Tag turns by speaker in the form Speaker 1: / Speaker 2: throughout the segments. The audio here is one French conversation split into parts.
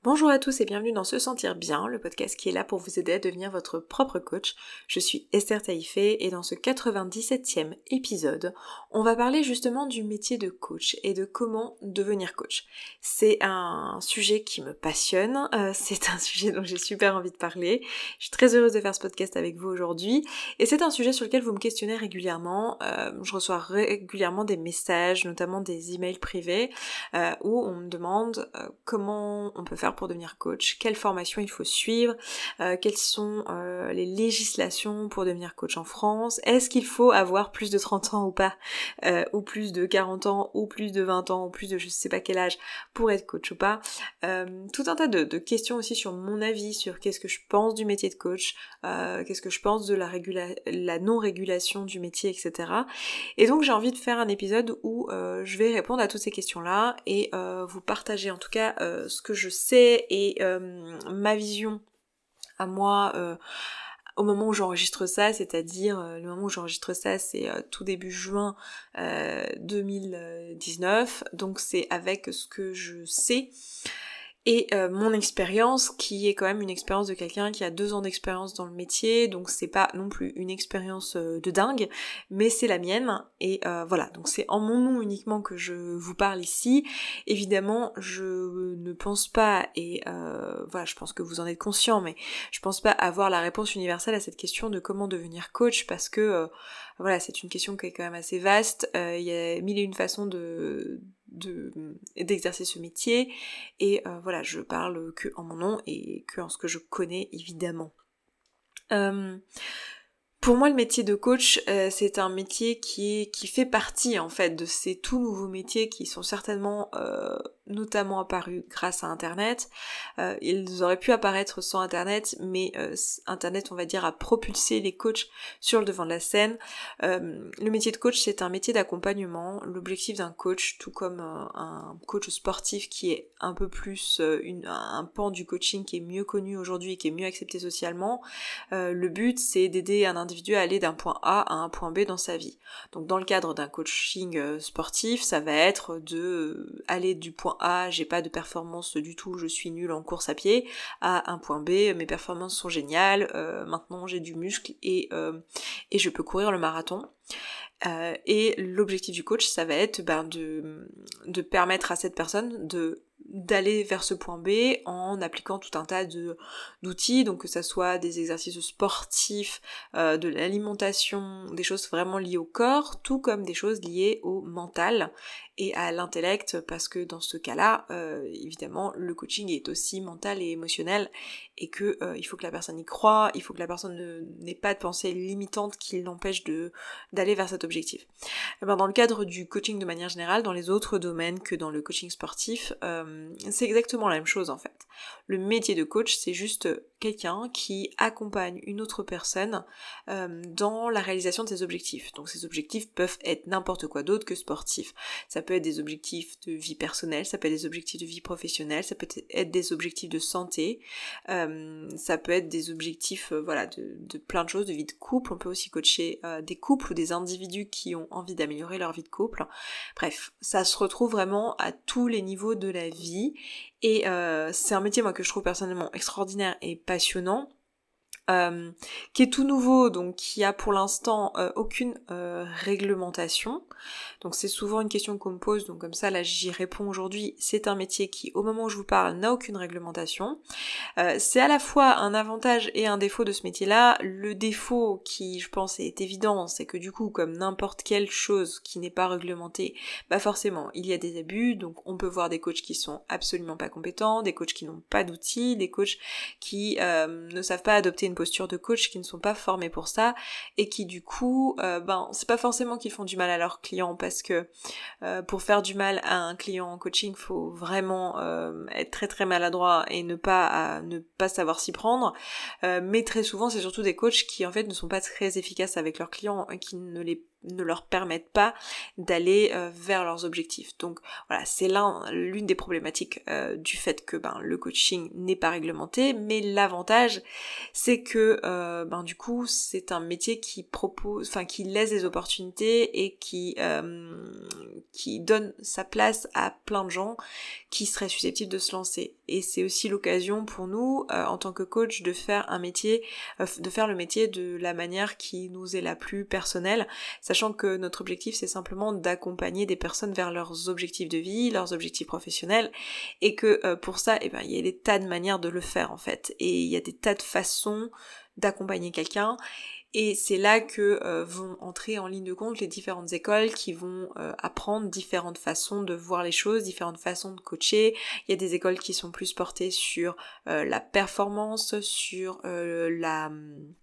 Speaker 1: Bonjour à tous et bienvenue dans Se Sentir Bien, le podcast qui est là pour vous aider à devenir votre propre coach. Je suis Esther Taïfé et dans ce 97e épisode, on va parler justement du métier de coach et de comment devenir coach. C'est un sujet qui me passionne, c'est un sujet dont j'ai super envie de parler. Je suis très heureuse de faire ce podcast avec vous aujourd'hui et c'est un sujet sur lequel vous me questionnez régulièrement. Je reçois régulièrement des messages, notamment des emails privés où on me demande comment on peut faire pour devenir coach, quelle formation il faut suivre, quelles sont les législations pour devenir coach en France, est-ce qu'il faut avoir plus de 30 ans ou pas, ou plus de 40 ans, ou plus de 20 ans, ou plus de je sais pas quel âge pour être coach ou pas. Tout un tas de questions aussi sur mon avis, sur qu'est-ce que je pense du métier de coach, qu'est-ce que je pense de la non-régulation du métier, etc. Et donc j'ai envie de faire un épisode où je vais répondre à toutes ces questions-là et vous partager en tout cas ce que je sais et ma vision à moi au moment où j'enregistre ça, c'est-à-dire le moment où j'enregistre ça c'est tout début juin 2019, donc c'est avec ce que je sais et mon expérience qui est quand même une expérience de quelqu'un qui a 2 ans d'expérience dans le métier, donc c'est pas non plus une expérience de dingue, mais c'est la mienne et voilà, donc c'est en mon nom uniquement que je vous parle ici. Évidemment je ne pense pas, et voilà, je pense que vous en êtes conscient, mais je pense pas avoir la réponse universelle à cette question de comment devenir coach, parce que voilà, c'est une question qui est quand même assez vaste, il y a mille et une façons d'exercer ce métier, et voilà, je parle que en mon nom et que en ce que je connais évidemment. Pour moi, le métier de coach, c'est un métier qui fait partie en fait de ces tout nouveaux métiers qui sont certainement notamment apparus grâce à Internet. Ils auraient pu apparaître sans Internet, mais Internet, on va dire, a propulsé les coachs sur le devant de la scène. Le métier de coach, c'est un métier d'accompagnement. L'objectif d'un coach, tout comme un coach sportif qui est un peu plus un pan du coaching qui est mieux connu aujourd'hui et qui est mieux accepté socialement, le but c'est d'aider un individu à aller d'un point A à un point B dans sa vie. Donc dans le cadre d'un coaching sportif, ça va être de aller du point A, j'ai pas de performance du tout, je suis nulle en course à pied, à un point B, mes performances sont géniales, maintenant j'ai du muscle et je peux courir le marathon. Et l'objectif du coach, ça va être de permettre à cette personne d'aller vers ce point B en appliquant tout un tas d'outils, donc que ça soit des exercices sportifs, de l'alimentation, des choses vraiment liées au corps, tout comme des choses liées au mental et à l'intellect, parce que dans ce cas-là, évidemment, le coaching est aussi mental et émotionnel, et que il faut que la personne y croie, il faut que la personne n'ait pas de pensée limitante qui l'empêche d'aller vers cet objectif. Et ben, dans le cadre du coaching de manière générale, dans les autres domaines que dans le coaching sportif, c'est exactement la même chose en fait. Le métier de coach, c'est juste quelqu'un qui accompagne une autre personne dans la réalisation de ses objectifs. Donc ces objectifs peuvent être n'importe quoi d'autre que sportifs. Ça peut être des objectifs de vie personnelle, ça peut être des objectifs de vie professionnelle, ça peut être des objectifs de santé, ça peut être des objectifs voilà, de plein de choses, de vie de couple. On peut aussi coacher des couples ou des individus qui ont envie d'améliorer leur vie de couple. Bref, ça se retrouve vraiment à tous les niveaux de la vie, et c'est un métier moi que je trouve personnellement extraordinaire et passionnant, qui est tout nouveau, donc qui a pour l'instant aucune réglementation. Donc c'est souvent une question qu'on me pose, donc comme ça là j'y réponds aujourd'hui. C'est un métier qui, au moment où je vous parle, n'a aucune réglementation. C'est à la fois un avantage et un défaut de ce métier-là. Le défaut, qui je pense est évident, c'est que du coup, comme n'importe quelle chose qui n'est pas réglementée, bah forcément il y a des abus. Donc on peut voir des coachs qui sont absolument pas compétents, des coachs qui n'ont pas d'outils, des coachs qui ne savent pas adopter une posture de coach, qui ne sont pas formés pour ça, et qui du coup, c'est pas forcément qu'ils font du mal à leurs clients, parce que pour faire du mal à un client en coaching, faut vraiment être très très maladroit et ne pas savoir s'y prendre, mais très souvent c'est surtout des coachs qui en fait ne sont pas très efficaces avec leurs clients, qui ne les ne leur permettent pas d'aller vers leurs objectifs. Donc voilà, c'est l'une des problématiques du fait que le coaching n'est pas réglementé, mais l'avantage c'est que du coup c'est un métier qui qui laisse des opportunités et qui donne sa place à plein de gens qui seraient susceptibles de se lancer. Et c'est aussi l'occasion pour nous, en tant que coach, de faire le métier de la manière qui nous est la plus personnelle, sachant que notre objectif c'est simplement d'accompagner des personnes vers leurs objectifs de vie, leurs objectifs professionnels, et que pour ça, il y a des tas de manières de le faire en fait, et il y a des tas de façons d'accompagner quelqu'un. Et c'est là que vont entrer en ligne de compte les différentes écoles qui vont apprendre différentes façons de voir les choses, différentes façons de coacher. Il y a des écoles qui sont plus portées sur la performance, sur la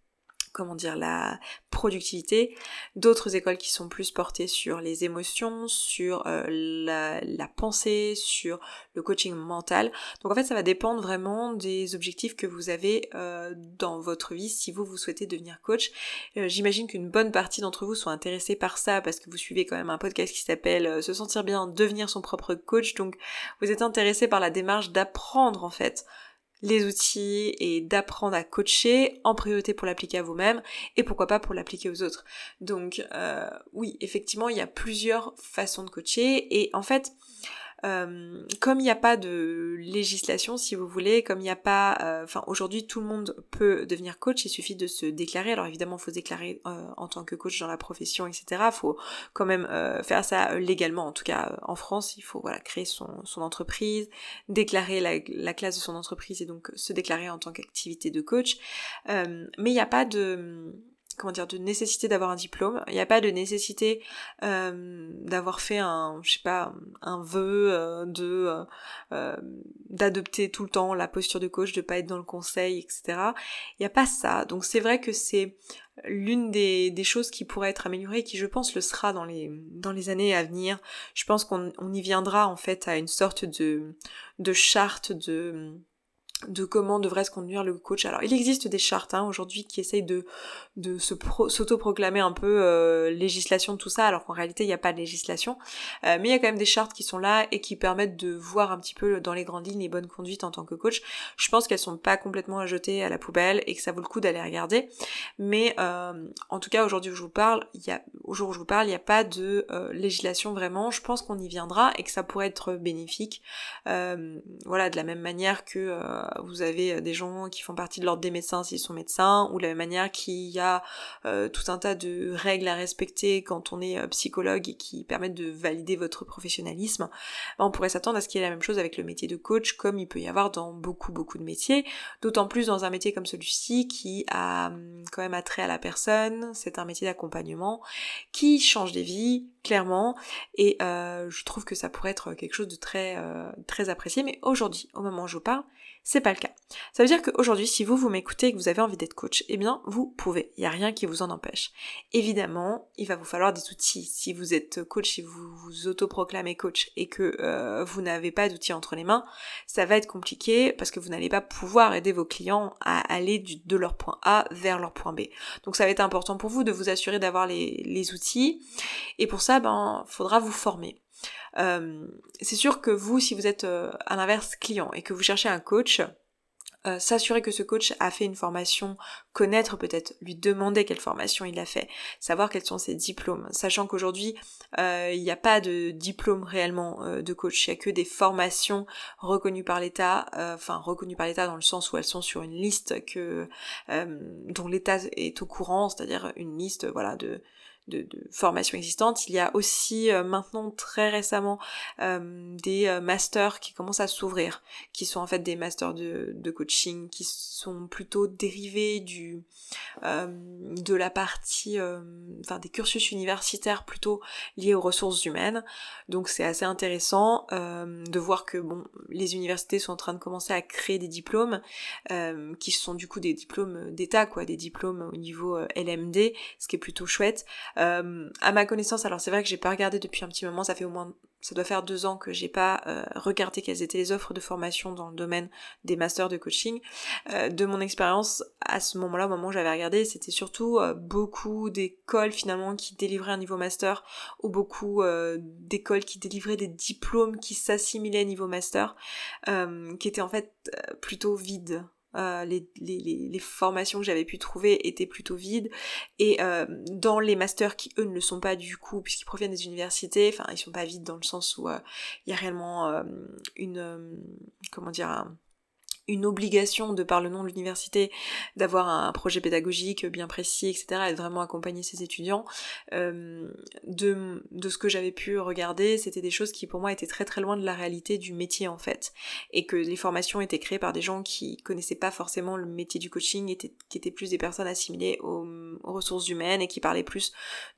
Speaker 1: productivité, d'autres écoles qui sont plus portées sur les émotions, sur la pensée, sur le coaching mental. Donc en fait ça va dépendre vraiment des objectifs que vous avez dans votre vie si vous souhaitez devenir coach. J'imagine qu'une bonne partie d'entre vous sont intéressés par ça parce que vous suivez quand même un podcast qui s'appelle Se sentir bien, devenir son propre coach, donc vous êtes intéressés par la démarche d'apprendre en fait les outils et d'apprendre à coacher en priorité pour l'appliquer à vous-même et pourquoi pas pour l'appliquer aux autres. Donc oui, effectivement, il y a plusieurs façons de coacher et en fait, comme il n'y a pas de législation, si vous voulez, comme il n'y a pas... aujourd'hui, tout le monde peut devenir coach, il suffit de se déclarer. Alors évidemment, il faut se déclarer en tant que coach dans la profession, etc. Il faut quand même faire ça légalement. En tout cas, en France, il faut créer son entreprise, déclarer la classe de son entreprise et donc se déclarer en tant qu'activité de coach. Mais il n'y a pas de nécessité d'avoir un diplôme, il n'y a pas de nécessité d'avoir fait un vœu d'adopter tout le temps la posture de coach, de pas être dans le conseil, etc. Il n'y a pas ça, donc c'est vrai que c'est l'une des choses qui pourrait être améliorée et qui je pense le sera dans les années à venir. Je pense qu'on y viendra en fait à une sorte de charte de comment devrait se conduire le coach. Alors il existe des chartes aujourd'hui qui essayent de s'auto-proclamer un peu législation de tout ça, alors qu'en réalité il n'y a pas de législation, mais il y a quand même des chartes qui sont là et qui permettent de voir un petit peu dans les grandes lignes les bonnes conduites en tant que coach. Je pense qu'elles sont pas complètement à jeter à la poubelle et que ça vaut le coup d'aller regarder, mais en tout cas aujourd'hui où je vous parle, il n'y a pas de législation vraiment. Je pense qu'on y viendra et que ça pourrait être bénéfique, de la même manière que vous avez des gens qui font partie de l'ordre des médecins s'ils sont médecins, ou de la même manière qu'il y a tout un tas de règles à respecter quand on est psychologue et qui permettent de valider votre professionnalisme. On pourrait s'attendre à ce qu'il y ait la même chose avec le métier de coach, comme il peut y avoir dans beaucoup de métiers, d'autant plus dans un métier comme celui-ci qui a quand même attrait à la personne. C'est un métier d'accompagnement qui change des vies, clairement, et je trouve que ça pourrait être quelque chose de très apprécié, mais aujourd'hui, au moment où je vous parle, c'est pas le cas. Ça veut dire qu'aujourd'hui, si vous m'écoutez et que vous avez envie d'être coach, eh bien, vous pouvez. Il n'y a rien qui vous en empêche. Évidemment, il va vous falloir des outils. Si vous êtes coach, si vous vous autoproclamez coach et que vous n'avez pas d'outils entre les mains, ça va être compliqué parce que vous n'allez pas pouvoir aider vos clients à aller de leur point A vers leur point B. Donc ça va être important pour vous de vous assurer d'avoir les outils. Et pour ça, faudra vous former. C'est sûr que vous, si vous êtes à l'inverse client et que vous cherchez un coach, s'assurer que ce coach a fait une formation, connaître peut-être, lui demander quelle formation il a fait, savoir quels sont ses diplômes, sachant qu'aujourd'hui il n'y a pas de diplôme réellement de coach, il n'y a que des formations reconnues par l'État, reconnues par l'État dans le sens où elles sont sur une liste dont l'État est au courant, c'est-à-dire une liste de formations existantes. Il y a aussi maintenant très récemment des masters qui commencent à s'ouvrir, qui sont en fait des masters de coaching, qui sont plutôt dérivés de la partie des cursus universitaires plutôt liés aux ressources humaines. Donc c'est assez intéressant de voir que les universités sont en train de commencer à créer des diplômes qui sont du coup des diplômes d'État, des diplômes au niveau LMD, ce qui est plutôt chouette. À ma connaissance, alors c'est vrai que j'ai pas regardé depuis un petit moment, ça doit faire 2 ans que j'ai pas regardé quelles étaient les offres de formation dans le domaine des masters de coaching. De mon expérience, à ce moment-là, au moment où j'avais regardé, c'était surtout beaucoup d'écoles finalement qui délivraient un niveau master, ou beaucoup d'écoles qui délivraient des diplômes qui s'assimilaient niveau master, qui étaient en fait plutôt vides. Les formations que j'avais pu trouver étaient plutôt vides, et dans les masters qui eux ne le sont pas du coup puisqu'ils proviennent des universités, enfin ils sont pas vides dans le sens où il y a réellement une obligation de par le nom de l'université d'avoir un projet pédagogique bien précis, etc., et de vraiment accompagner ses étudiants. De ce que j'avais pu regarder, c'était des choses qui pour moi étaient très très loin de la réalité du métier en fait, et que les formations étaient créées par des gens qui connaissaient pas forcément le métier du coaching, qui étaient plus des personnes assimilées aux ressources humaines et qui parlaient plus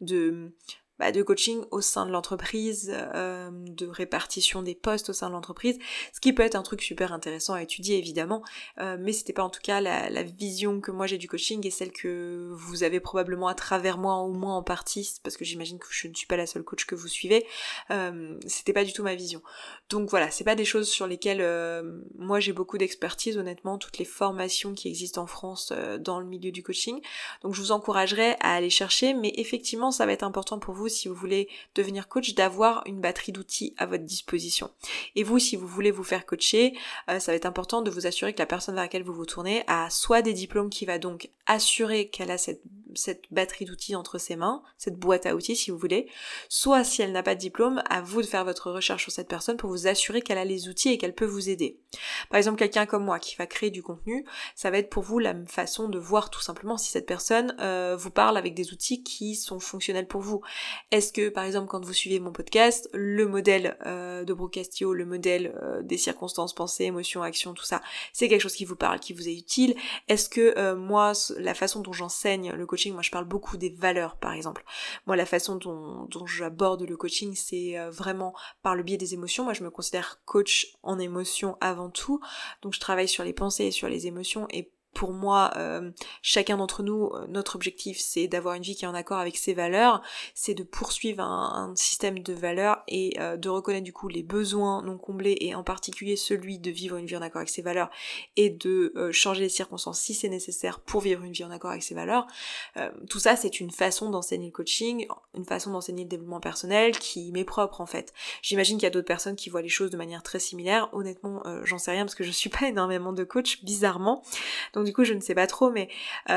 Speaker 1: de coaching au sein de l'entreprise, de répartition des postes au sein de l'entreprise, ce qui peut être un truc super intéressant à étudier évidemment, mais c'était pas en tout cas la vision que moi j'ai du coaching et celle que vous avez probablement à travers moi, au moins en partie, parce que j'imagine que je ne suis pas la seule coach que vous suivez, c'était pas du tout ma vision. Donc voilà, c'est pas des choses sur lesquelles moi j'ai beaucoup d'expertise, honnêtement, toutes les formations qui existent en France dans le milieu du coaching, donc je vous encouragerais à aller chercher, mais effectivement ça va être important pour vous si vous voulez devenir coach d'avoir une batterie d'outils à votre disposition. Et vous, si vous voulez vous faire coacher, ça va être important de vous assurer que la personne vers laquelle vous vous tournez a soit des diplômes qui va donc assurer qu'elle a cette batterie d'outils entre ses mains, cette boîte à outils si vous voulez, soit si elle n'a pas de diplôme, à vous de faire votre recherche sur cette personne pour vous assurer qu'elle a les outils et qu'elle peut vous aider. Par exemple, quelqu'un comme moi qui va créer du contenu, ça va être pour vous la façon de voir tout simplement si cette personne vous parle avec des outils qui sont fonctionnels pour vous. Est-ce que, par exemple, quand vous suivez mon podcast, le modèle de Brooke Castillo, le modèle des circonstances, pensées, émotions, actions, tout ça, c'est quelque chose qui vous parle, qui vous est utile? Est-ce que moi, la façon dont j'enseigne le coaching, moi je parle beaucoup des valeurs, par exemple. Moi, la façon dont j'aborde le coaching, c'est vraiment par le biais des émotions. Moi, je me considère coach en émotions avant tout. Donc, je travaille sur les pensées et sur les émotions, et pour moi, chacun d'entre nous, notre objectif, c'est d'avoir une vie qui est en accord avec ses valeurs, c'est de poursuivre un système de valeurs et de reconnaître du coup les besoins non comblés, et en particulier celui de vivre une vie en accord avec ses valeurs, et de changer les circonstances si c'est nécessaire pour vivre une vie en accord avec ses valeurs. Tout ça, c'est une façon d'enseigner le coaching, une façon d'enseigner le développement personnel qui m'est propre en fait. J'imagine qu'il y a d'autres personnes qui voient les choses de manière très similaire. Honnêtement, j'en sais rien parce que je suis pas énormément de coach, bizarrement. Donc du coup je ne sais pas trop, mais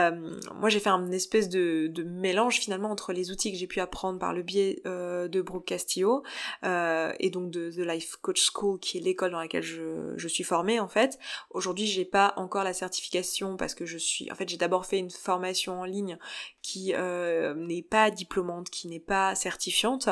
Speaker 1: moi j'ai fait une espèce de mélange finalement entre les outils que j'ai pu apprendre par le biais de Brooke Castillo et donc de The Life Coach School, qui est l'école dans laquelle je suis formée en fait. Aujourd'hui j'ai pas encore la certification parce que j'ai d'abord fait une formation en ligne qui n'est pas diplômante, qui n'est pas certifiante,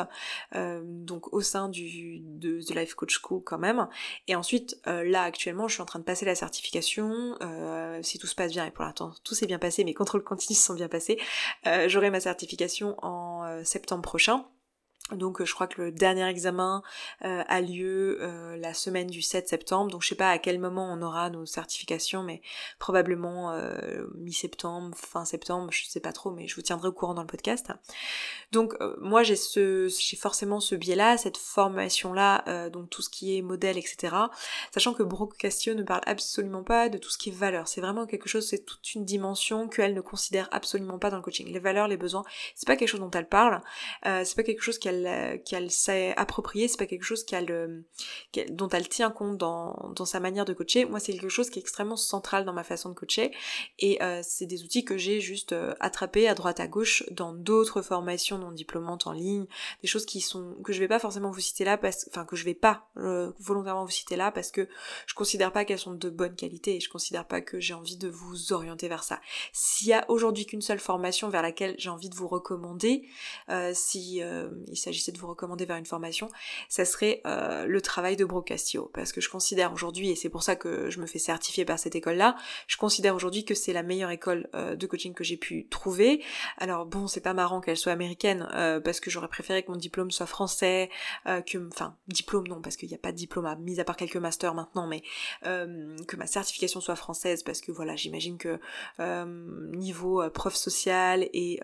Speaker 1: donc au sein de The Life Coach School quand même. Et ensuite là actuellement je suis en train de passer la certification, si tout se passe bien, et pour l'instant tout s'est bien passé, mes contrôles continus se sont bien passés, j'aurai ma certification en septembre prochain. Donc je crois que le dernier examen a lieu la semaine du 7 septembre, donc je sais pas à quel moment on aura nos certifications, mais probablement mi-septembre, fin septembre, je sais pas trop, mais je vous tiendrai au courant dans le podcast. Donc moi j'ai forcément ce biais-là, cette formation-là, donc tout ce qui est modèle, etc. Sachant que Brooke Castillo ne parle absolument pas de tout ce qui est valeur. C'est vraiment quelque chose, c'est toute une dimension qu'elle ne considère absolument pas dans le coaching. Les valeurs, les besoins, c'est pas quelque chose dont elle parle, c'est pas quelque chose qu'elle s'est approprié, c'est pas quelque chose dont elle tient compte dans sa manière de coacher. Moi c'est quelque chose qui est extrêmement central dans ma façon de coacher, et c'est des outils que j'ai juste attrapés à droite à gauche dans d'autres formations non diplômantes en ligne, des choses que je vais pas forcément vous citer là, que je vais pas volontairement vous citer là parce que je considère pas qu'elles sont de bonne qualité, et je considère pas que j'ai envie de vous orienter vers ça. S'il y a aujourd'hui qu'une seule formation vers laquelle j'ai envie de vous recommander, s'il s'agissait de vous recommander vers une formation, ça serait le travail de Brocastio, parce que je considère aujourd'hui, et c'est pour ça que je me fais certifier par cette école-là, je considère aujourd'hui que c'est la meilleure école de coaching que j'ai pu trouver. Alors bon, c'est pas marrant qu'elle soit américaine, parce que j'aurais préféré que mon diplôme soit français, diplôme non, parce qu'il n'y a pas de diplôme, mis à part quelques masters maintenant, mais que ma certification soit française, parce que voilà, j'imagine que niveau preuve sociale et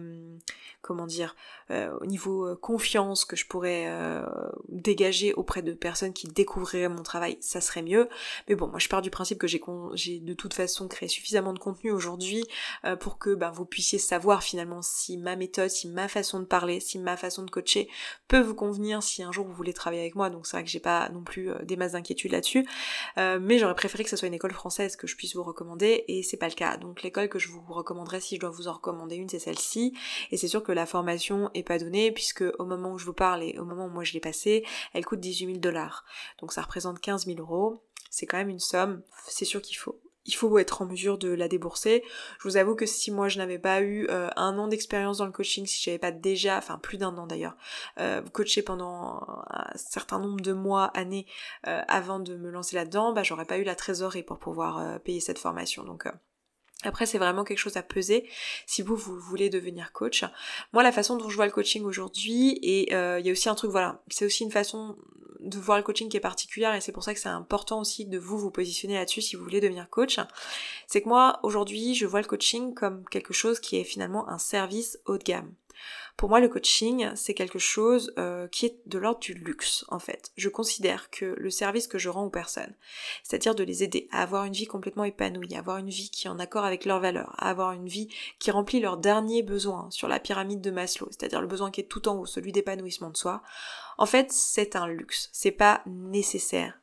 Speaker 1: au niveau confiance que je pourrais dégager auprès de personnes qui découvriraient mon travail, ça serait mieux. Mais bon, moi je pars du principe que j'ai de toute façon créé suffisamment de contenu aujourd'hui pour que vous puissiez savoir finalement si ma méthode, si ma façon de parler, si ma façon de coacher peut vous convenir si un jour vous voulez travailler avec moi. Donc c'est vrai que j'ai pas non plus des masses d'inquiétude là-dessus, mais j'aurais préféré que ce soit une école française que je puisse vous recommander, et c'est pas le cas. Donc l'école que je vous recommanderais, si je dois vous en recommander une, c'est celle-ci, et c'est sûr que la formation est pas donnée, puisque au moment où je vous parle et au moment où moi je l'ai passée, elle coûte 18 000 $. Donc ça représente 15 000 €, c'est quand même une somme, c'est sûr qu'il faut être en mesure de la débourser. Je vous avoue que si moi je n'avais pas eu un an d'expérience dans le coaching, si j'avais pas déjà, plus d'1 an d'ailleurs, coaché pendant un certain nombre de mois, années, avant de me lancer là-dedans, j'aurais pas eu la trésorerie pour pouvoir payer cette formation. Donc après, c'est vraiment quelque chose à peser si vous voulez devenir coach. Moi, la façon dont je vois le coaching aujourd'hui, et il y a aussi un truc, c'est aussi une façon de voir le coaching qui est particulière, et c'est pour ça que c'est important aussi de vous positionner là-dessus si vous voulez devenir coach. C'est que moi, aujourd'hui, je vois le coaching comme quelque chose qui est finalement un service haut de gamme. Pour moi, le coaching, c'est quelque chose qui est de l'ordre du luxe, en fait. Je considère que le service que je rends aux personnes, c'est-à-dire de les aider à avoir une vie complètement épanouie, à avoir une vie qui est en accord avec leurs valeurs, à avoir une vie qui remplit leurs derniers besoins sur la pyramide de Maslow, c'est-à-dire le besoin qui est tout en haut, celui d'épanouissement de soi, en fait, c'est un luxe. C'est pas nécessaire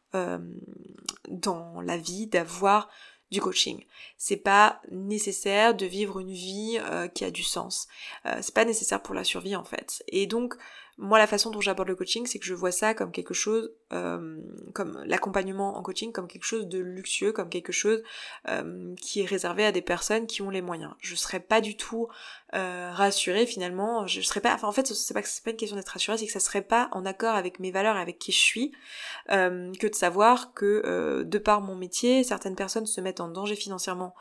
Speaker 1: dans la vie d'avoir du coaching. C'est pas nécessaire de vivre une vie qui a du sens. C'est pas nécessaire pour la survie en fait. Et donc, moi la façon dont j'aborde le coaching, c'est que je vois ça comme quelque chose, comme l'accompagnement en coaching, comme quelque chose de luxueux, comme quelque chose qui est réservé à des personnes qui ont les moyens. Je serais pas du tout rassurée finalement, je serais pas, en fait c'est pas une question d'être rassurée, c'est que ça serait pas en accord avec mes valeurs et avec qui je suis, que de savoir que de par mon métier, certaines personnes se mettent en danger financièrement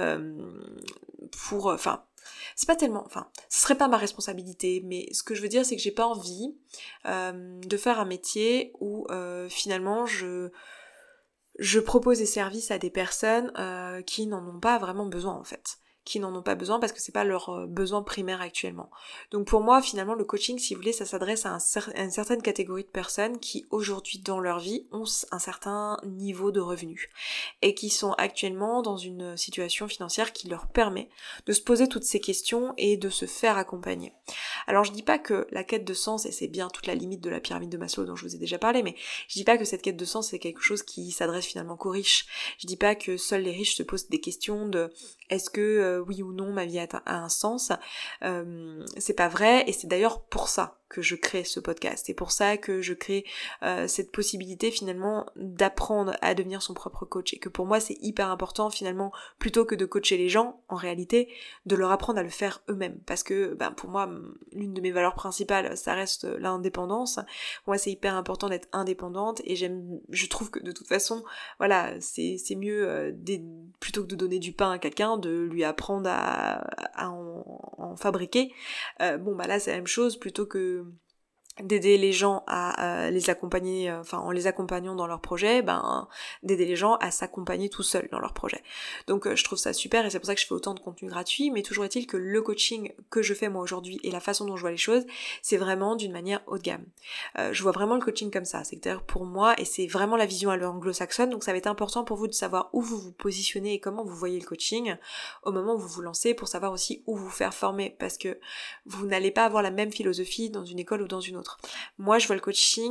Speaker 1: c'est pas tellement, ce serait pas ma responsabilité, mais ce que je veux dire, c'est que j'ai pas envie de faire un métier où finalement je propose des services à des personnes qui n'en ont pas vraiment besoin en fait. Qui n'en ont pas besoin parce que c'est pas leur besoin primaire actuellement. Donc pour moi, finalement, le coaching, si vous voulez, ça s'adresse à une certaine catégorie de personnes qui, aujourd'hui, dans leur vie, ont un certain niveau de revenus et qui sont actuellement dans une situation financière qui leur permet de se poser toutes ces questions et de se faire accompagner. Alors je dis pas que la quête de sens, et c'est bien toute la limite de la pyramide de Maslow dont je vous ai déjà parlé, mais je dis pas que cette quête de sens c'est quelque chose qui s'adresse finalement qu'aux riches. Je dis pas que seuls les riches se posent des questions de est-ce que oui ou non ma vie a un sens. C'est pas vrai, et c'est d'ailleurs pour ça que je crée ce podcast. C'est pour ça que je crée cette possibilité finalement d'apprendre à devenir son propre coach, et que pour moi c'est hyper important finalement, plutôt que de coacher les gens, en réalité, de leur apprendre à le faire eux-mêmes. Parce que pour moi, l'une de mes valeurs principales, ça reste l'indépendance. Pour moi c'est hyper important d'être indépendante, et je trouve que de toute façon, voilà, c'est mieux plutôt que de donner du pain à quelqu'un, de lui apprendre à en fabriquer. Là c'est la même chose, plutôt que d'aider les gens à les accompagner, en les accompagnant dans leur projet, d'aider les gens à s'accompagner tout seuls dans leur projet. Donc je trouve ça super, et c'est pour ça que je fais autant de contenu gratuit, mais toujours est-il que le coaching que je fais moi aujourd'hui et la façon dont je vois les choses, c'est vraiment d'une manière haut de gamme. Je vois vraiment le coaching comme ça, c'est-à-dire pour moi, et c'est vraiment la vision à l'anglo-saxonne, donc ça va être important pour vous de savoir où vous vous positionnez et comment vous voyez le coaching au moment où vous vous lancez, pour savoir aussi où vous faire former, parce que vous n'allez pas avoir la même philosophie dans une école ou dans une autre. Moi, je vois le coaching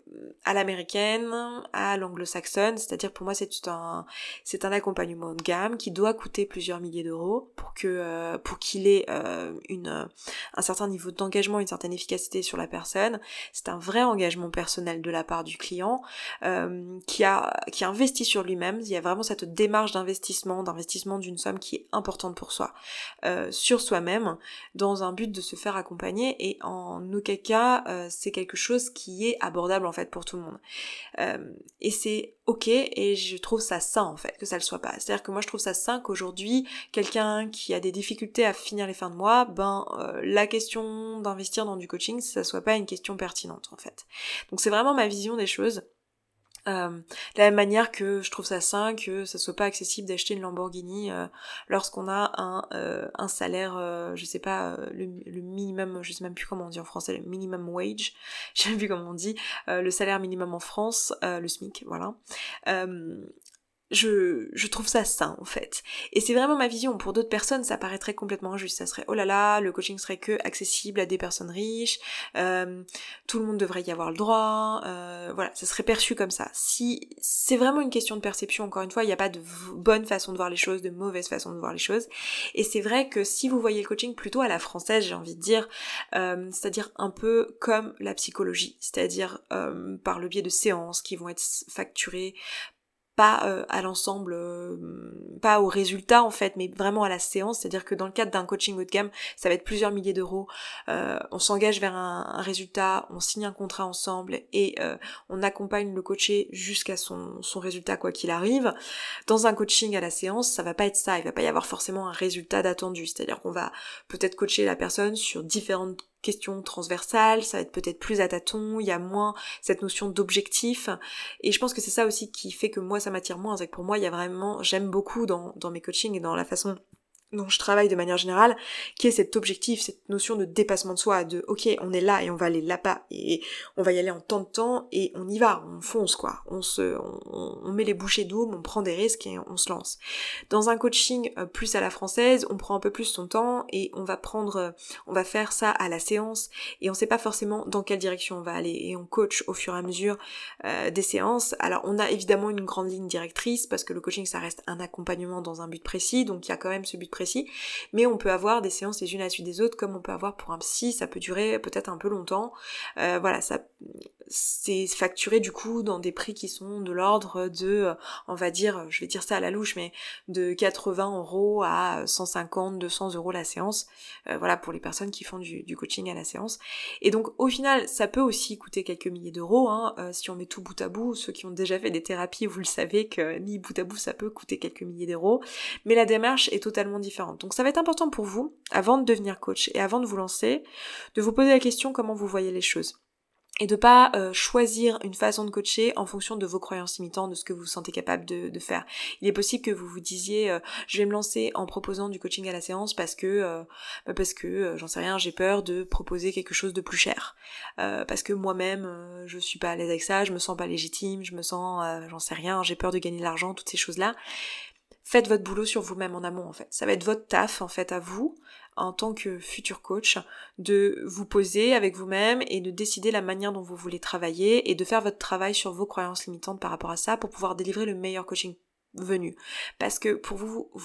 Speaker 2: à l'américaine, à l'anglo-saxonne, c'est-à-dire pour moi c'est un accompagnement de gamme qui doit coûter plusieurs milliers d'euros pour qu'il ait un certain niveau d'engagement, une certaine efficacité sur la personne. C'est un vrai engagement personnel de la part du client qui investit sur lui-même. Il y a vraiment cette démarche d'investissement d'une somme qui est importante pour soi, sur soi-même, dans un but de se faire accompagner, et en aucun cas c'est quelque chose qui est abordable en fait pour tout le monde. Et c'est ok, et je trouve ça sain en fait que ça le soit pas. C'est-à-dire que moi je trouve ça sain qu'aujourd'hui quelqu'un qui a des difficultés à finir les fins de mois, la question d'investir dans du coaching, ça soit pas une question pertinente en fait. Donc c'est vraiment ma vision des choses. De la même manière que je trouve ça sain que ça soit pas accessible d'acheter une Lamborghini lorsqu'on a un salaire, je sais pas, le minimum, je sais même plus comment on dit en français, le minimum wage, je sais même plus comment on dit, le salaire minimum en France, le SMIC, voilà. Je trouve ça sain en fait. Et c'est vraiment ma vision. Pour d'autres personnes, ça paraîtrait complètement injuste. Ça serait, oh là là, le coaching serait que accessible à des personnes riches, tout le monde devrait y avoir le droit, voilà, ça serait perçu comme ça. Si c'est vraiment une question de perception, encore une fois, il n'y a pas de bonne façon de voir les choses, de mauvaise façon de voir les choses. Et c'est vrai que si vous voyez le coaching plutôt à la française, j'ai envie de dire, c'est-à-dire un peu comme la psychologie, c'est-à-dire par le biais de séances qui vont être facturées, pas à l'ensemble, pas au résultat en fait, mais vraiment à la séance, c'est-à-dire que dans le cadre d'un coaching haut de gamme, ça va être plusieurs milliers d'euros, on s'engage vers un résultat, on signe un contrat ensemble et on accompagne le coaché jusqu'à son résultat quoi qu'il arrive. Dans un coaching à la séance, ça va pas être ça, il va pas y avoir forcément un résultat d'attendu, c'est-à-dire qu'on va peut-être coacher la personne sur différentes questions transversales, ça va être peut-être plus à tâtons, il y a moins cette notion d'objectif, et je pense que c'est ça aussi qui fait que moi ça m'attire moins, c'est que pour moi il y a vraiment, j'aime beaucoup dans mes coachings et dans la façon dont je travaille de manière générale, qui est cet objectif, cette notion de dépassement de soi, de ok, on est là et on va aller là-bas, et on va y aller en tant de temps, et on y va, on fonce quoi, on met les bouchées doubles, on prend des risques et on se lance. Dans un coaching plus à la française, on prend un peu plus son temps, et on va faire ça à la séance, et on sait pas forcément dans quelle direction on va aller, et on coach au fur et à mesure des séances. Alors on a évidemment une grande ligne directrice, parce que le coaching ça reste un accompagnement dans un but précis, donc il y a quand même ce but précis, mais on peut avoir des séances les unes à la suite des autres, comme on peut avoir pour un psy, ça peut durer peut-être un peu longtemps, voilà, ça c'est facturé du coup dans des prix qui sont de l'ordre de, on va dire, je vais dire ça à la louche, mais de 80 € à 150, 200 € la séance, voilà, pour les personnes qui font du coaching à la séance. Et donc au final, ça peut aussi coûter quelques milliers d'euros, hein, si on met tout bout à bout, ceux qui ont déjà fait des thérapies, vous le savez que mis bout à bout, ça peut coûter quelques milliers d'euros, mais la démarche est totalement différente. Donc ça va être important pour vous, avant de devenir coach et avant de vous lancer, de vous poser la question comment vous voyez les choses. Et de pas choisir une façon de coacher en fonction de vos croyances limitantes, de ce que vous vous sentez capable de faire. Il est possible que vous vous disiez je vais me lancer en proposant du coaching à la séance parce que j'en sais rien, j'ai peur de proposer quelque chose de plus cher. Parce que moi-même je suis pas à l'aise avec ça, je me sens pas légitime, je me sens j'en sais rien, j'ai peur de gagner de l'argent, toutes ces choses-là. Faites votre boulot sur vous-même en amont en fait. Ça va être votre taf en fait à vous, en tant que futur coach, de vous poser avec vous-même et de décider la manière dont vous voulez travailler et de faire votre travail sur vos croyances limitantes par rapport à ça pour pouvoir délivrer le meilleur coaching venu. Parce que pour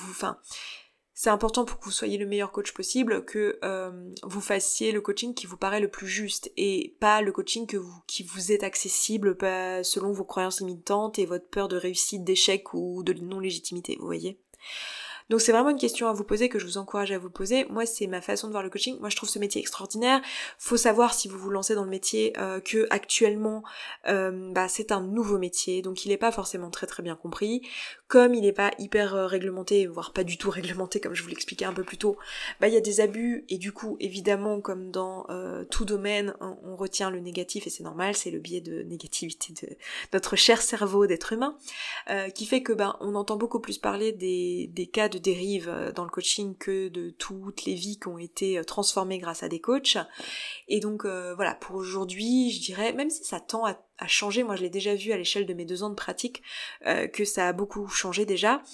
Speaker 2: c'est important pour que vous soyez le meilleur coach possible que vous fassiez le coaching qui vous paraît le plus juste et pas le coaching qui vous est accessible selon vos croyances limitantes et votre peur de réussite, d'échec ou de non-légitimité, vous voyez. Donc c'est vraiment une question à vous poser que je vous encourage à vous poser. Moi c'est ma façon de voir le coaching. Moi je trouve ce métier extraordinaire. Faut savoir si vous vous lancez dans le métier que actuellement c'est un nouveau métier, donc il est pas forcément très très bien compris. Comme il n'est pas hyper réglementé, voire pas du tout réglementé comme je vous l'expliquais un peu plus tôt, il y a des abus et du coup évidemment comme dans tout domaine on retient le négatif et c'est normal, c'est le biais de négativité de notre cher cerveau d'être humain qui fait que on entend beaucoup plus parler des cas de dérive dans le coaching que de toutes les vies qui ont été transformées grâce à des coachs. Et donc voilà, pour aujourd'hui, je dirais, même si ça tend à changer, moi je l'ai déjà vu à l'échelle de mes 2 ans de pratique, que ça a beaucoup changé déjà,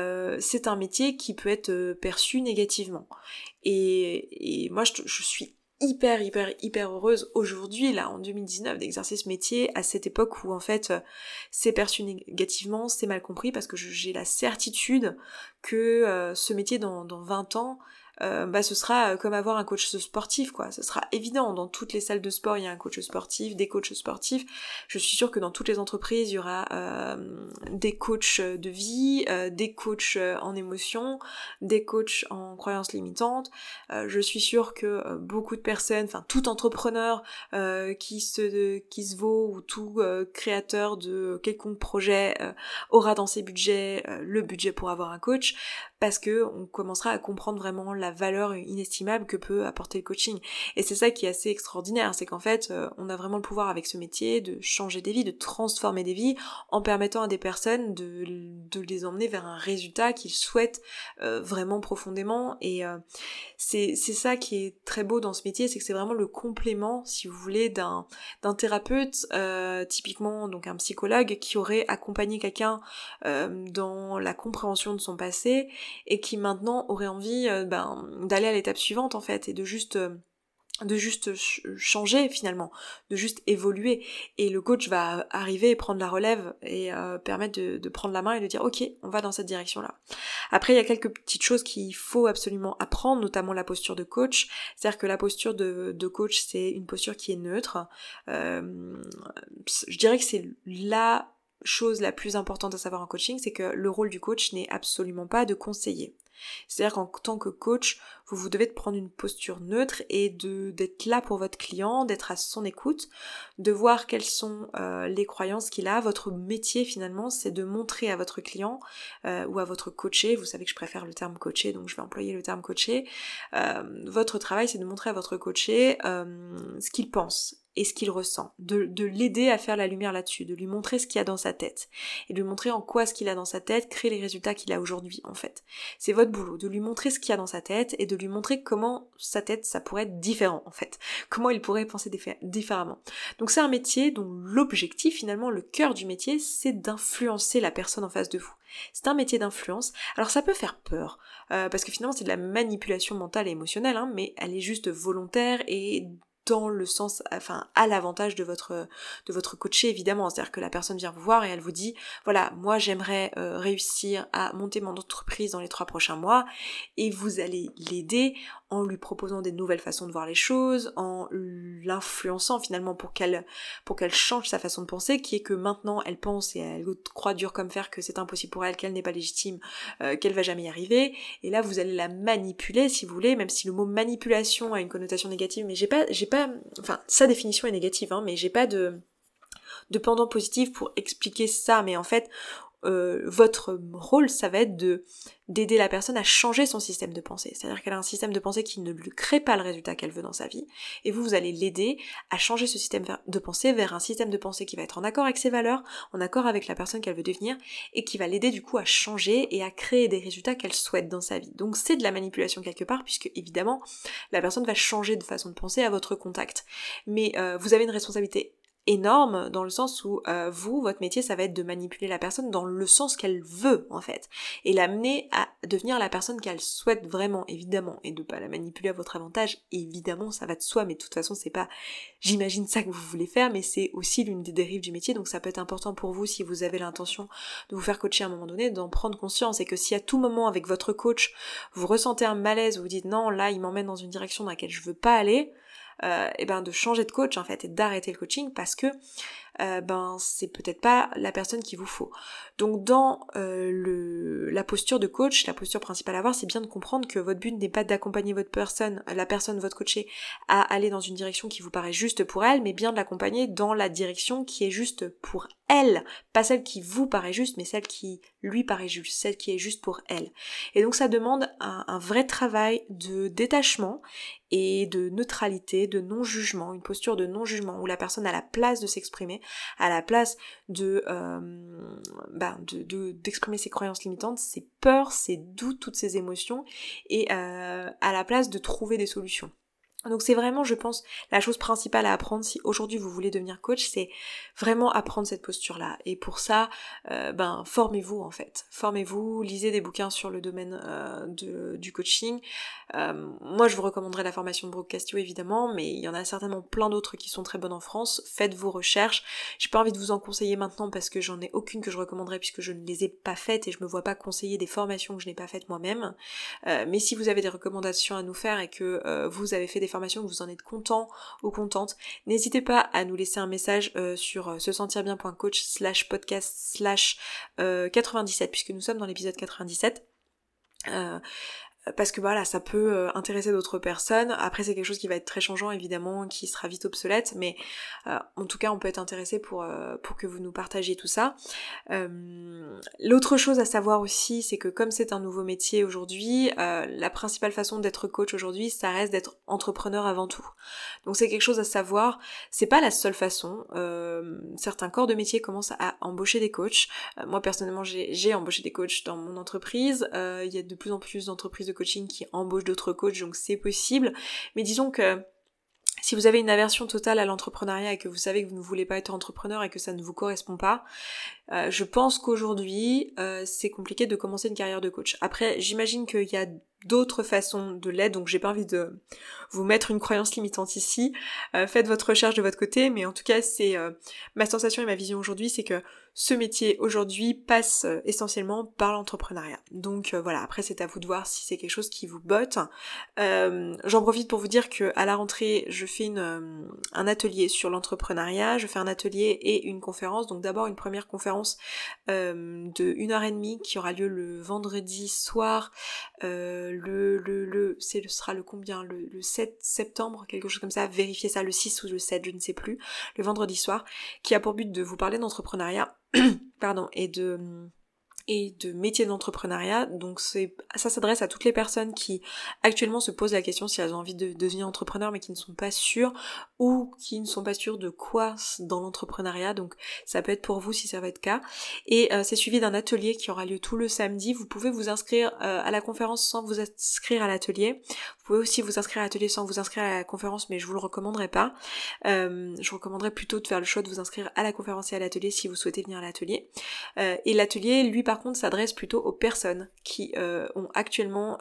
Speaker 2: c'est un métier qui peut être perçu négativement. Et moi je suis
Speaker 1: hyper heureuse aujourd'hui, là, en 2019, d'exercer ce métier à cette époque où en fait c'est perçu négativement, c'est mal compris, parce que j'ai la certitude que ce métier dans 20 ans, ce sera comme avoir un coach sportif, quoi. Ce sera évident. Dans toutes les salles de sport, il y a un coach sportif, des coachs sportifs. Je suis sûre que dans toutes les entreprises, il y aura des coachs de vie, des coachs en émotion, des coachs en croyances limitantes. Je suis sûre que beaucoup de personnes, enfin tout entrepreneur qui se vaut, ou tout créateur de quelconque projet aura dans ses budgets le budget pour avoir un coach, parce que on commencera à comprendre vraiment la valeur inestimable que peut apporter le coaching. Et c'est ça qui est assez extraordinaire, c'est qu'en fait on a vraiment le pouvoir avec ce métier de changer des vies, de transformer des vies, en permettant à des personnes de les emmener vers un résultat qu'ils souhaitent vraiment profondément. Et c'est ça qui est très beau dans ce métier, c'est que c'est vraiment le complément, si vous voulez, d'un thérapeute, typiquement donc un psychologue qui aurait accompagné quelqu'un dans la compréhension de son passé, et qui maintenant aurait envie d'aller à l'étape suivante en fait, et de juste changer finalement, de juste évoluer. Et le coach va arriver et prendre la relève et permettre de prendre la main et de dire ok, on va dans cette direction là. Après il y a quelques petites choses qu'il faut absolument apprendre, notamment la posture de coach. C'est-à-dire que la posture de coach, c'est une posture qui est neutre. Je dirais que c'est la chose la plus importante à savoir en coaching, c'est que le rôle du coach n'est absolument pas de conseiller. C'est-à-dire qu'en tant que coach, vous devez prendre une posture neutre et d'être là pour votre client, d'être à son écoute, de voir quelles sont les croyances qu'il a. Votre métier finalement, c'est de montrer à votre client ou à votre coaché, vous savez que je préfère le terme coaché, donc je vais employer le terme coaché. Votre travail, c'est de montrer à votre coaché ce qu'il pense et ce qu'il ressent, de l'aider à faire la lumière là-dessus, de lui montrer ce qu'il y a dans sa tête, et de lui montrer en quoi ce qu'il a dans sa tête crée les résultats qu'il a aujourd'hui en fait. C'est votre boulot, de lui montrer ce qu'il y a dans sa tête, et de lui montrer comment sa tête, ça pourrait être différent en fait, comment il pourrait penser différemment. Donc c'est un métier dont l'objectif, finalement, le cœur du métier, c'est d'influencer la personne en face de vous. C'est un métier d'influence. Alors ça peut faire peur, parce que finalement c'est de la manipulation mentale et émotionnelle, mais elle est juste volontaire et dans le sens, enfin, à l'avantage de votre coaché évidemment. C'est-à-dire que la personne vient vous voir et elle vous dit, voilà, moi j'aimerais réussir à monter mon entreprise dans les 3 prochains mois, et vous allez l'aider en lui proposant des nouvelles façons de voir les choses, en l'influençant finalement pour qu'elle change sa façon de penser, qui est que maintenant elle pense et elle croit dur comme fer que c'est impossible pour elle, qu'elle n'est pas légitime, qu'elle va jamais y arriver, et là vous allez la manipuler si vous voulez, même si le mot manipulation a une connotation négative, mais j'ai pas, enfin sa définition est négative, mais j'ai pas de pendant positif pour expliquer ça, mais en fait votre rôle, ça va être d'aider la personne à changer son système de pensée. C'est-à-dire qu'elle a un système de pensée qui ne lui crée pas le résultat qu'elle veut dans sa vie, et vous allez l'aider à changer ce système de pensée vers un système de pensée qui va être en accord avec ses valeurs, en accord avec la personne qu'elle veut devenir, et qui va l'aider du coup à changer et à créer des résultats qu'elle souhaite dans sa vie. Donc c'est de la manipulation quelque part, puisque évidemment la personne va changer de façon de penser à votre contact. Mais vous avez une responsabilité énorme, dans le sens où votre métier, ça va être de manipuler la personne dans le sens qu'elle veut en fait, et l'amener à devenir la personne qu'elle souhaite vraiment, évidemment, et de pas la manipuler à votre avantage, évidemment, ça va de soi, mais de toute façon c'est pas, j'imagine, ça que vous voulez faire, mais c'est aussi l'une des dérives du métier, donc ça peut être important pour vous, si vous avez l'intention de vous faire coacher à un moment donné, d'en prendre conscience, et que si à tout moment avec votre coach vous ressentez un malaise, vous vous dites non, là il m'emmène dans une direction dans laquelle je veux pas aller, de changer de coach en fait, et d'arrêter le coaching, parce que c'est peut-être pas la personne qu'il vous faut. Donc dans la posture de coach, la posture principale à avoir, c'est bien de comprendre que votre but n'est pas d'accompagner votre coachée, à aller dans une direction qui vous paraît juste pour elle, mais bien de l'accompagner dans la direction qui est juste pour elle, pas celle qui vous paraît juste, mais celle qui lui paraît juste, celle qui est juste pour elle. Et donc ça demande un vrai travail de détachement et de neutralité, de non-jugement, une posture de non-jugement où la personne a la place de s'exprimer, à la place d'exprimer ses croyances limitantes, ses peurs, ses doutes, toutes ses émotions, et à la place de trouver des solutions. Donc c'est vraiment, je pense, la chose principale à apprendre si aujourd'hui vous voulez devenir coach, c'est vraiment apprendre cette posture-là. Et pour ça, formez-vous en fait. Formez-vous, lisez des bouquins sur le domaine du coaching. Moi je vous recommanderais la formation de Brooke Castillo évidemment, mais il y en a certainement plein d'autres qui sont très bonnes en France. Faites vos recherches. J'ai pas envie de vous en conseiller maintenant parce que j'en ai aucune que je recommanderais puisque je ne les ai pas faites et je me vois pas conseiller des formations que je n'ai pas faites moi-même. Mais si vous avez des recommandations à nous faire et que vous avez fait des formations, que vous en êtes content ou contente, n'hésitez pas à nous laisser un message sur se-sentir-bien.coach/podcast/97 puisque nous sommes dans l'épisode 97. Parce que voilà, ça peut intéresser d'autres personnes. Après c'est quelque chose qui va être très changeant évidemment, qui sera vite obsolète, mais en tout cas on peut être intéressé pour que vous nous partagiez tout ça. L'autre chose à savoir aussi, c'est que comme c'est un nouveau métier aujourd'hui, la principale façon d'être coach aujourd'hui, ça reste d'être entrepreneur avant tout. Donc c'est quelque chose à savoir, c'est pas la seule façon. Certains corps de métier commencent à embaucher des coachs. Moi personnellement j'ai embauché des coachs dans mon entreprise, il y a de plus en plus d'entreprises de coaching qui embauchent d'autres coachs, donc c'est possible. Mais disons que si vous avez une aversion totale à l'entrepreneuriat et que vous savez que vous ne voulez pas être entrepreneur et que ça ne vous correspond pas, je pense qu'aujourd'hui c'est compliqué de commencer une carrière de coach. Après j'imagine qu'il y a d'autres façons de l'être, donc j'ai pas envie de vous mettre une croyance limitante ici. Faites votre recherche de votre côté, mais en tout cas c'est ma sensation et ma vision aujourd'hui, c'est que ce métier aujourd'hui passe essentiellement par l'entrepreneuriat. Donc voilà, après c'est à vous de voir si c'est quelque chose qui vous botte. J'en profite pour vous dire que à la rentrée je fais un atelier sur l'entrepreneuriat, je fais un atelier et une conférence. Donc d'abord une première conférence de 1h30 qui aura lieu le vendredi soir, ce sera le combien, le 7 septembre, quelque chose comme ça, vérifiez ça, le 6 ou le 7, je ne sais plus, le vendredi soir, qui a pour but de vous parler d'entrepreneuriat, pardon, et de métiers d'entrepreneuriat. Donc ça s'adresse à toutes les personnes qui actuellement se posent la question si elles ont envie de devenir entrepreneur mais qui ne sont pas sûres ou qui ne sont pas sûres de quoi dans l'entrepreneuriat. Donc ça peut être pour vous si ça va être le cas. Et c'est suivi d'un atelier qui aura lieu tout le samedi. Vous pouvez vous inscrire à la conférence sans vous inscrire à l'atelier. Vous pouvez aussi vous inscrire à l'atelier sans vous inscrire à la conférence, mais je vous le recommanderais pas. Je recommanderais plutôt de faire le choix de vous inscrire à la conférence et à l'atelier si vous souhaitez venir à l'atelier. Et l'atelier, lui par contre, s'adresse plutôt aux personnes qui ont actuellement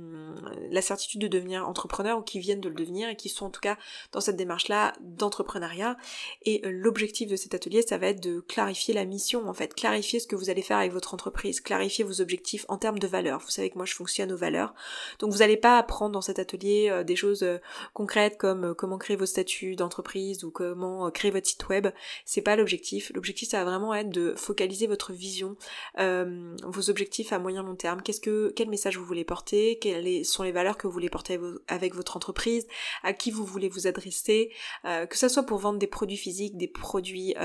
Speaker 1: la certitude de devenir entrepreneur ou qui viennent de le devenir et qui sont en tout cas dans cette démarche-là d'entrepreneuriat. Et l'objectif de cet atelier, ça va être de clarifier la mission en fait, clarifier ce que vous allez faire avec votre entreprise, clarifier vos objectifs en termes de valeurs. Vous savez que moi je fonctionne aux valeurs, donc vous n'allez pas apprendre dans cet atelier des choses concrètes comme comment créer vos statuts d'entreprise ou comment créer votre site web. C'est pas l'objectif. L'objectif ça va vraiment être de focaliser votre vision, vos objectifs à moyen long terme, quel message vous voulez porter, quelles sont les valeurs que vous voulez porter avec votre entreprise, à qui vous voulez vous adresser, que ça soit pour vendre des produits physiques, des produits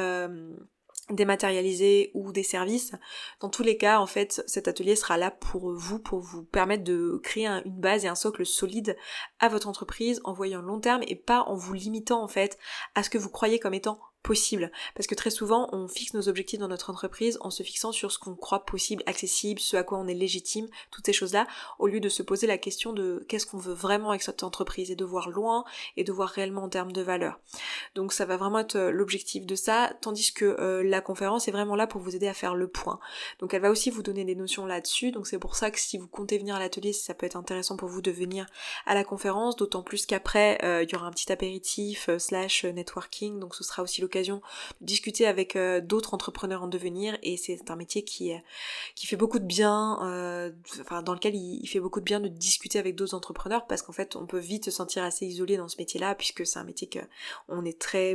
Speaker 1: dématérialisés ou des services. Dans tous les cas, en fait, cet atelier sera là pour vous permettre de créer une base et un socle solide à votre entreprise en voyant long terme et pas en vous limitant en fait à ce que vous croyez comme étant possible. Parce que très souvent, on fixe nos objectifs dans notre entreprise en se fixant sur ce qu'on croit possible, accessible, ce à quoi on est légitime, toutes ces choses-là, au lieu de se poser la question de qu'est-ce qu'on veut vraiment avec cette entreprise et de voir loin et de voir réellement en termes de valeur. Donc ça va vraiment être l'objectif de ça, tandis que la conférence est vraiment là pour vous aider à faire le point. Donc elle va aussi vous donner des notions là-dessus, donc c'est pour ça que si vous comptez venir à l'atelier, ça peut être intéressant pour vous de venir à la conférence, d'autant plus qu'après, il y aura un petit apéritif / networking, donc ce sera aussi l'occasion de discuter avec d'autres entrepreneurs en devenir, et c'est un métier qui fait beaucoup de bien, dans lequel il fait beaucoup de bien de discuter avec d'autres entrepreneurs, parce qu'en fait on peut vite se sentir assez isolé dans ce métier-là, puisque c'est un métier qu'on est très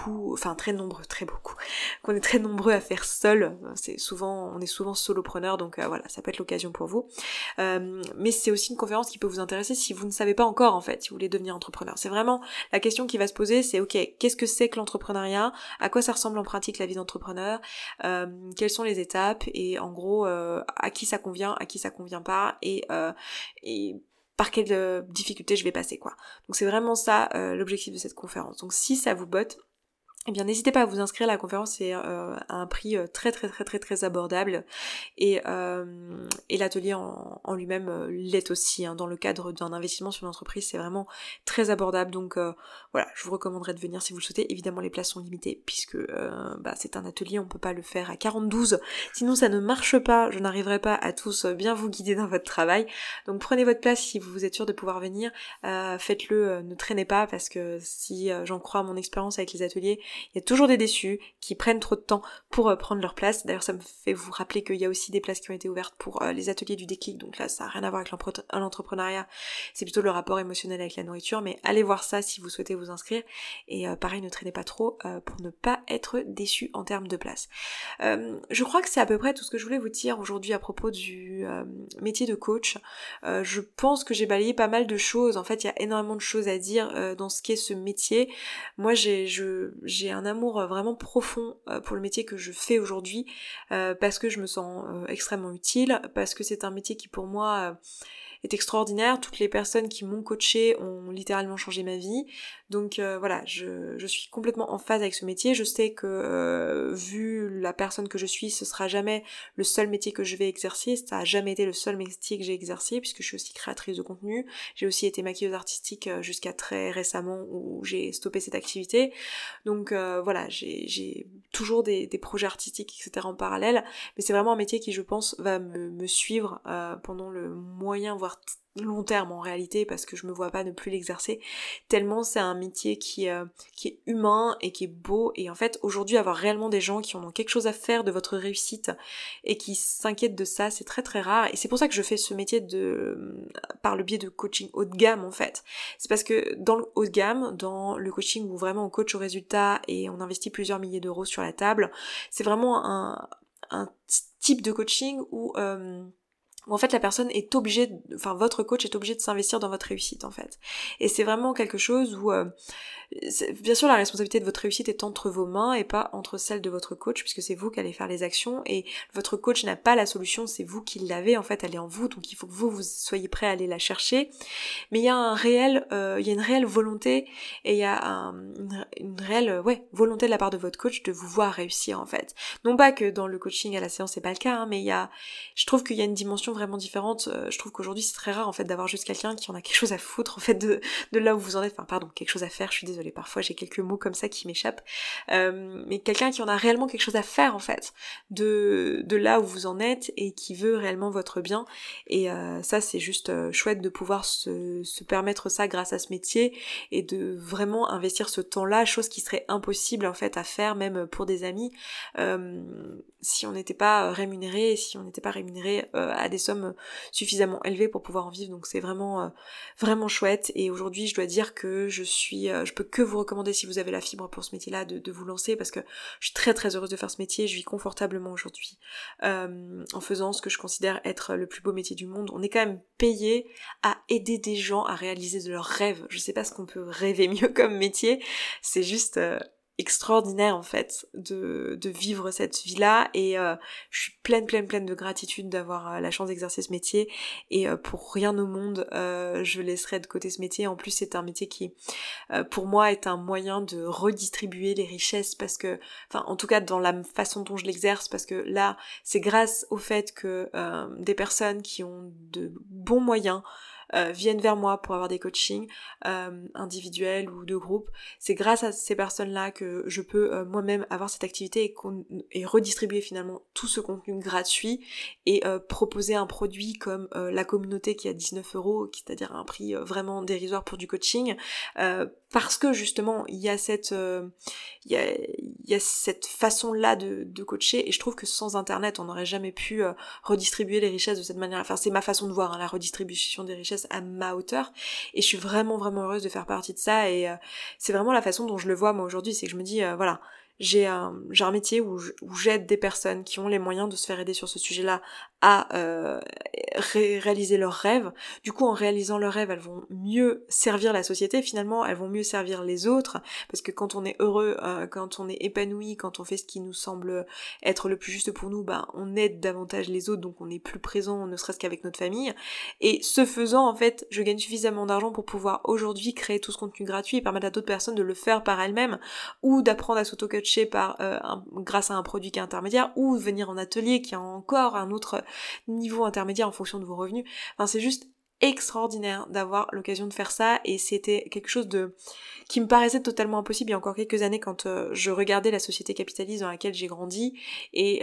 Speaker 1: nombreux à faire seul. On est souvent solopreneur, donc voilà, ça peut être l'occasion pour vous. Mais c'est aussi une conférence qui peut vous intéresser si vous ne savez pas encore en fait, si vous voulez devenir entrepreneur. C'est vraiment la question qui va se poser, c'est ok, qu'est-ce que c'est que l'entrepreneuriat, à quoi ça ressemble en pratique la vie d'entrepreneur, quelles sont les étapes, et en gros à qui ça convient pas, et par quelles difficultés je vais passer quoi. Donc c'est vraiment ça l'objectif de cette conférence. Donc si ça vous botte, eh bien n'hésitez pas à vous inscrire, la conférence est à un prix très très très très très abordable et l'atelier en lui-même l'est aussi, hein, dans le cadre d'un investissement sur une entreprise, c'est vraiment très abordable, donc voilà, je vous recommanderais de venir si vous le souhaitez. Évidemment les places sont limitées puisque c'est un atelier, on peut pas le faire à 42, sinon ça ne marche pas, je n'arriverai pas à tous bien vous guider dans votre travail, donc prenez votre place si vous êtes sûr de pouvoir venir, faites-le, ne traînez pas, parce que si j'en crois à mon expérience avec les ateliers, il y a toujours des déçus qui prennent trop de temps pour prendre leur place. D'ailleurs ça me fait vous rappeler qu'il y a aussi des places qui ont été ouvertes pour les ateliers du déclic, donc là ça n'a rien à voir avec l'entrepreneuriat, c'est plutôt le rapport émotionnel avec la nourriture, mais allez voir ça si vous souhaitez vous inscrire, et pareil, ne traînez pas trop pour ne pas être déçus en termes de place. Je crois que c'est à peu près tout ce que je voulais vous dire aujourd'hui à propos du métier de coach. Je pense que j'ai balayé pas mal de choses, en fait il y a énormément de choses à dire dans ce qu'est ce métier. Moi j'ai un amour vraiment profond pour le métier que je fais aujourd'hui, parce que je me sens extrêmement utile, parce que c'est un métier qui pour moi est extraordinaire. Toutes les personnes qui m'ont coaché ont littéralement changé ma vie, donc voilà, je suis complètement en phase avec ce métier. Je sais que vu la personne que je suis, ce sera jamais le seul métier que je vais exercer, ça a jamais été le seul métier que j'ai exercé, puisque je suis aussi créatrice de contenu, j'ai aussi été maquilleuse artistique jusqu'à très récemment où j'ai stoppé cette activité, donc voilà, j'ai toujours des projets artistiques, etc. en parallèle, mais c'est vraiment un métier qui, je pense, va me suivre pendant le moyen, voire long terme en réalité, parce que je me vois pas ne plus l'exercer, tellement c'est un métier qui est humain et qui est beau, et en fait aujourd'hui avoir réellement des gens qui en ont quelque chose à faire de votre réussite et qui s'inquiètent de ça, c'est très très rare, et c'est pour ça que je fais ce métier par le biais de coaching haut de gamme en fait. C'est parce que dans le haut de gamme, dans le coaching où vraiment on coach au résultat et on investit plusieurs milliers d'euros sur la table, c'est vraiment un type de coaching où en fait la personne est obligée, votre coach est obligé de s'investir dans votre réussite en fait. Et c'est vraiment quelque chose où bien sûr la responsabilité de votre réussite est entre vos mains et pas entre celle de votre coach, puisque c'est vous qui allez faire les actions, et votre coach n'a pas la solution, c'est vous qui l'avez, en fait elle est en vous, donc il faut que vous soyez prêt à aller la chercher. Mais il y a une réelle volonté, et il y a une réelle volonté de la part de votre coach de vous voir réussir en fait. Non pas que dans le coaching à la séance c'est pas le cas, hein, mais je trouve qu'il y a une dimension vraiment différente. Je trouve qu'aujourd'hui c'est très rare en fait d'avoir juste quelqu'un qui en a quelque chose à foutre en fait de là où vous en êtes, quelque chose à faire, je suis désolée, parfois j'ai quelques mots comme ça qui m'échappent, mais quelqu'un qui en a réellement quelque chose à faire en fait de là où vous en êtes et qui veut réellement votre bien, et ça c'est juste chouette de pouvoir se permettre ça grâce à ce métier, et de vraiment investir ce temps-là, chose qui serait impossible en fait à faire même pour des amis si on n'était pas rémunéré, à des sommes suffisamment élevées pour pouvoir en vivre. Donc c'est vraiment vraiment chouette, et aujourd'hui je dois dire que je peux que vous recommander, si vous avez la fibre pour ce métier-là, de vous lancer, parce que je suis très très heureuse de faire ce métier, je vis confortablement aujourd'hui en faisant ce que je considère être le plus beau métier du monde. On est quand même payé à aider des gens à réaliser leurs rêves. Je sais pas ce qu'on peut rêver mieux comme métier, c'est juste extraordinaire en fait de vivre cette vie-là, et je suis pleine de gratitude d'avoir la chance d'exercer ce métier, et pour rien au monde je laisserai de côté ce métier. En plus c'est un métier qui pour moi est un moyen de redistribuer les richesses, parce que en tout cas dans la façon dont je l'exerce, parce que là c'est grâce au fait que des personnes qui ont de bons moyens viennent vers moi pour avoir des coachings individuels ou de groupe. C'est grâce à ces personnes-là que je peux moi-même avoir cette activité et redistribuer finalement tout ce contenu gratuit, et proposer un produit comme la communauté qui est à 19€, c'est-à-dire un prix vraiment dérisoire pour du coaching, parce que justement il y a cette façon-là de coacher, et je trouve que sans internet on n'aurait jamais pu redistribuer les richesses de cette manière. C'est ma façon de voir la redistribution des richesses à ma hauteur, et je suis vraiment vraiment heureuse de faire partie de ça, et c'est vraiment la façon dont je le vois moi aujourd'hui, c'est que je me dis voilà, j'ai un métier où j'aide des personnes qui ont les moyens de se faire aider sur ce sujet-là à réaliser leurs rêves. Du coup, en réalisant leurs rêves, elles vont mieux servir la société, finalement, elles vont mieux servir les autres, parce que quand on est heureux, quand on est épanoui, quand on fait ce qui nous semble être le plus juste pour nous, on aide davantage les autres, donc on est plus présent, ne serait-ce qu'avec notre famille. Et ce faisant, en fait, je gagne suffisamment d'argent pour pouvoir aujourd'hui créer tout ce contenu gratuit et permettre à d'autres personnes de le faire par elles-mêmes, ou d'apprendre à s'auto-coacher grâce à un produit qui est intermédiaire, ou venir en atelier qui a encore un autre niveau intermédiaire en fonction de vos revenus. Enfin, c'est juste extraordinaire d'avoir l'occasion de faire ça, et c'était quelque chose qui me paraissait totalement impossible il y a encore quelques années quand je regardais la société capitaliste dans laquelle j'ai grandi, et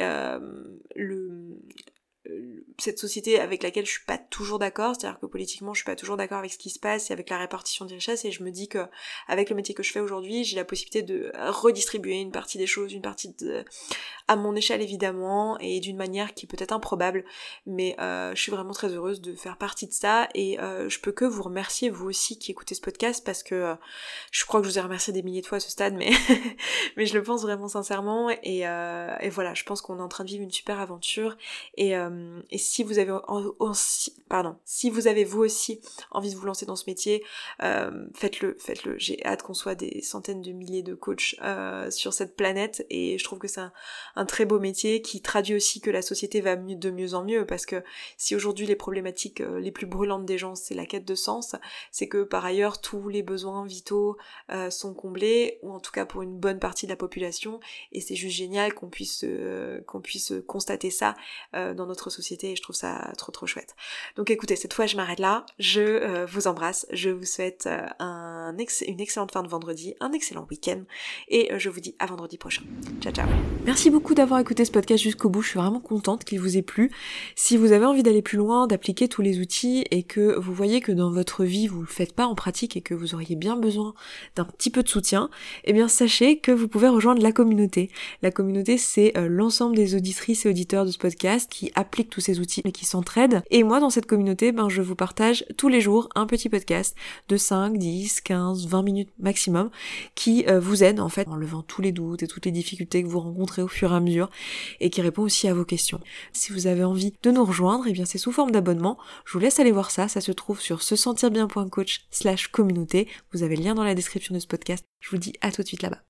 Speaker 1: cette société avec laquelle je suis pas toujours d'accord, c'est-à-dire que politiquement je suis pas toujours d'accord avec ce qui se passe et avec la répartition des richesses, et je me dis que avec le métier que je fais aujourd'hui, j'ai la possibilité de redistribuer une partie des choses, à mon échelle évidemment, et d'une manière qui est peut-être improbable, mais je suis vraiment très heureuse de faire partie de ça, et je peux que vous remercier, vous aussi qui écoutez ce podcast, parce que je crois que je vous ai remercié des milliers de fois à ce stade, mais mais je le pense vraiment sincèrement, et voilà, je pense qu'on est en train de vivre une super aventure, et si vous avez si vous avez vous aussi envie de vous lancer dans ce métier, faites-le, j'ai hâte qu'on soit des centaines de milliers de coachs sur cette planète, et je trouve que c'est un très beau métier qui traduit aussi que la société va de mieux en mieux, parce que si aujourd'hui les problématiques les plus brûlantes des gens c'est la quête de sens, c'est que par ailleurs tous les besoins vitaux sont comblés, ou en tout cas pour une bonne partie de la population, et c'est juste génial qu'on puisse constater ça dans notre société, et je trouve ça trop chouette. Donc écoutez, cette fois je m'arrête là, je vous embrasse, je vous souhaite une excellente fin de vendredi, un excellent week-end, et je vous dis à vendredi prochain. Ciao ciao. Merci beaucoup d'avoir écouté ce podcast jusqu'au bout, je suis vraiment contente qu'il vous ait plu. Si vous avez envie d'aller plus loin, d'appliquer tous les outils, et que vous voyez que dans votre vie vous le faites pas en pratique et que vous auriez bien besoin d'un petit peu de soutien, eh bien sachez que vous pouvez rejoindre la communauté. La communauté, c'est l'ensemble des auditrices et auditeurs de ce podcast qui appliquent tous ces outils et qui s'entraident. Et moi, dans cette communauté, je vous partage tous les jours un petit podcast de 5, 10, 15, 20 minutes maximum qui vous aide en fait en levant tous les doutes et toutes les difficultés que vous rencontrez au fur et à mesure, et qui répond aussi à vos questions. Si vous avez envie de nous rejoindre, eh bien c'est sous forme d'abonnement. Je vous laisse aller voir ça se trouve sur sesentirbien.coach/communauté. Vous avez le lien dans la description de ce podcast. Je vous dis à tout de suite là-bas.